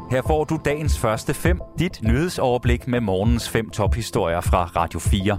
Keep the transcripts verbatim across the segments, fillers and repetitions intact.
Her får du dagens første fem, dit nyhedsoverblik med morgens fem tophistorier fra Radio fire.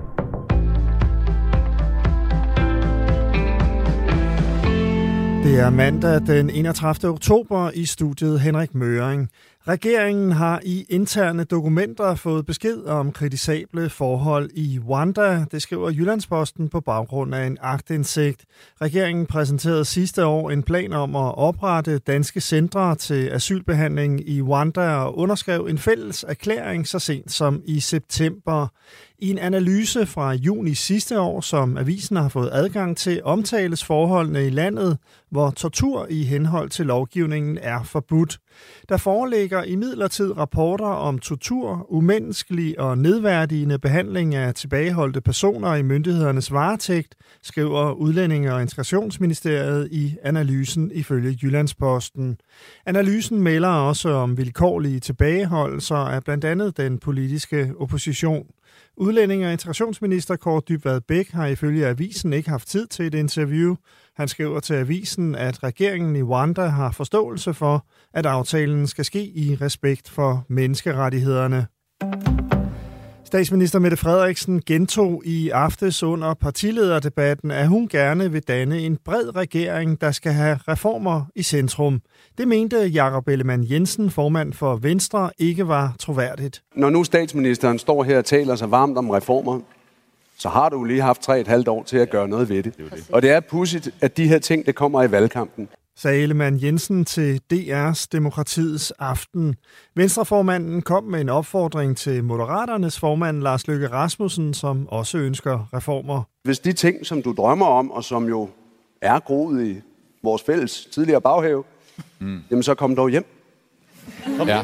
Det er mandag den enogtredivte oktober i studiet Henrik Møring. Regeringen har i interne dokumenter fået besked om kritisable forhold i Rwanda. Det skriver Jyllandsposten på baggrund af en aktindsigt. Regeringen præsenterede sidste år en plan om at oprette danske centre til asylbehandling i Rwanda og underskrev en fælles erklæring så sent som i september. I en analyse fra juni sidste år, som avisen har fået adgang til, omtales forholdene i landet, hvor tortur i henhold til lovgivningen er forbudt. Der foreligger imidlertid rapporter om tortur, umenneskelig og nedværdigende behandling af tilbageholdte personer i myndighedernes varetægt, skriver Udlændinge- og Integrationsministeriet i analysen ifølge Jyllandsposten. Analysen melder også om vilkårlige tilbageholdelser af blandt andet den politiske opposition. Udlændinge- og integrationsminister Kaare Dybvad Bek har ifølge avisen ikke haft tid til et interview. Han skriver til avisen, at regeringen i Rwanda har forståelse for, at aftalen skal ske i respekt for menneskerettighederne. Statsminister Mette Frederiksen gentog i aftes under partilederdebatten, at hun gerne vil danne en bred regering, der skal have reformer i centrum. Det mente Jakob Ellemann-Jensen, formand for Venstre, ikke var troværdigt. Når nu statsministeren står her og taler så varmt om reformer, så har du lige haft tre et halvt år til at gøre noget ved det. Og det er pudsigt, at de her ting, det kommer i valgkampen. Sagde Ellemann-Jensen til D R's Demokratiets Aften. Venstreformanden kom med en opfordring til Moderaternes formand Lars Løkke Rasmussen, som også ønsker reformer. Hvis de ting, som du drømmer om, og som jo er groet i vores fælles tidligere baghave, mm. jamen så kom dog hjem. Ja.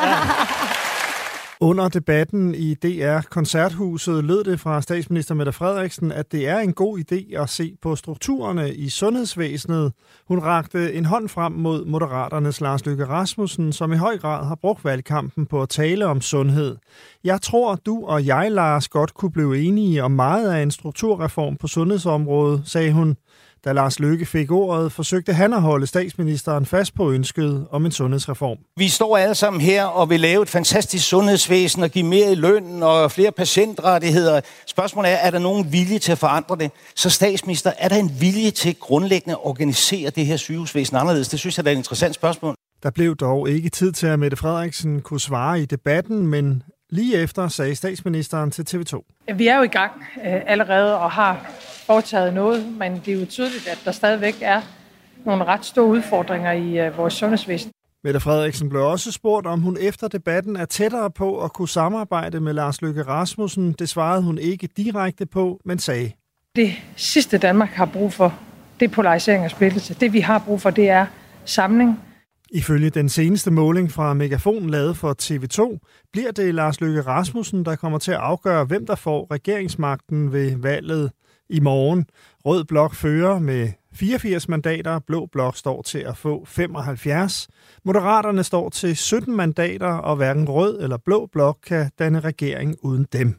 Under debatten i D R-koncerthuset lød det fra statsminister Mette Frederiksen, at det er en god idé at se på strukturerne i sundhedsvæsenet. Hun rakte en hånd frem mod Moderaternes Lars Løkke Rasmussen, som i høj grad har brugt valgkampen på at tale om sundhed. Jeg tror, du og jeg, Lars, godt kunne blive enige om meget af en strukturreform på sundhedsområdet, sagde hun. Da Lars Løkke fik ordet, forsøgte han at holde statsministeren fast på ønsket om en sundhedsreform. Vi står alle sammen her og vil lave et fantastisk sundhedsvæsen og give mere i løn og flere patientrettigheder. Spørgsmålet er, er der nogen vilje til at forandre det? Så statsminister, er der en vilje til grundlæggende at organisere det her sygehusvæsen anderledes? Det synes jeg, der er et interessant spørgsmål. Der blev dog ikke tid til, at Mette Frederiksen kunne svare i debatten, men lige efter sagde statsministeren til T V to. Vi er jo i gang øh, allerede og har foretaget noget, men det er jo tydeligt, at der stadigvæk er nogle ret store udfordringer i øh, vores sundhedsvæsen. Mette Frederiksen blev også spurgt, om hun efter debatten er tættere på at kunne samarbejde med Lars Løkke Rasmussen. Det svarede hun ikke direkte på, men sagde: Det sidste Danmark har brug for, det er polarisering og splittelse. Det vi har brug for, det er samling. Ifølge den seneste måling fra Megafon lavet for T V to, bliver det Lars Løkke Rasmussen, der kommer til at afgøre, hvem der får regeringsmagten ved valget i morgen. Rød blok fører med fireogfirs mandater, blå blok står til at få femoghalvfjerds. Moderaterne står til sytten mandater, og hverken rød eller blå blok kan danne regering uden dem.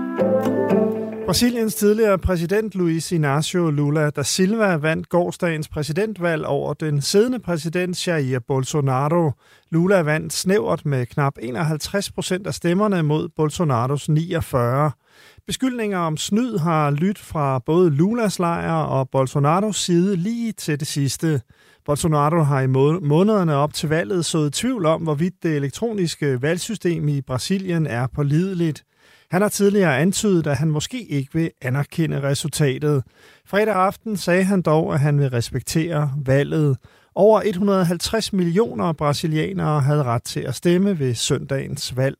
Brasiliens tidligere præsident Luiz Inácio Lula da Silva vandt gårsdagens præsidentvalg over den siddende præsident Jair Bolsonaro. Lula vandt snævert med knap enoghalvtreds procent af stemmerne mod Bolsonaros niogfyrre. Beskyldninger om snyd har lydt fra både Lulas lejr og Bolsonaros side lige til det sidste. Bolsonaro har i månederne op til valget sået tvivl om, hvorvidt det elektroniske valgsystem i Brasilien er pålideligt. Han har tidligere antydet, at han måske ikke vil anerkende resultatet. Fredag aften sagde han dog, at han vil respektere valget. Over et hundrede og halvtreds millioner brasilianere havde ret til at stemme ved søndagens valg.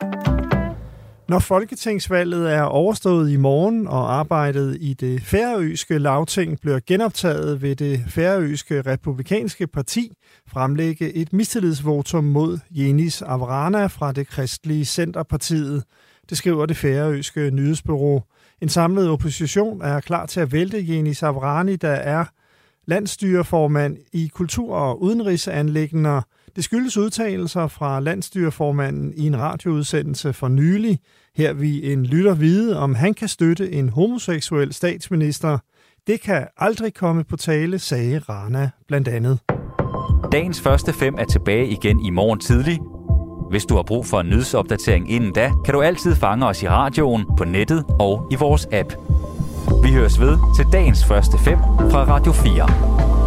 Når folketingsvalget er overstået i morgen, og arbejdet i det færøske lagting bliver genoptaget, vil det færøske republikanske parti fremlægge et mistillidsvotum mod Jenis av Rana fra det kristelige Centerpartiet. Det skriver det færøske nyhedsbureau. En samlet opposition er klar til at vælte Jenis av Rana, der er landsstyreformand i kultur- og udenrigsanliggender. Det skyldes udtalelser fra landsstyreformanden i en radioudsendelse for nylig. Her vil en lytter vide, om han kan støtte en homoseksuel statsminister. Det kan aldrig komme på tale, sagde Rana blandt andet. Dagens første fem er tilbage igen i morgen tidlig. Hvis du har brug for en nyhedsopdatering inden da, kan du altid fange os i radioen, på nettet og i vores app. Vi høres ved til dagens første fem fra Radio fire.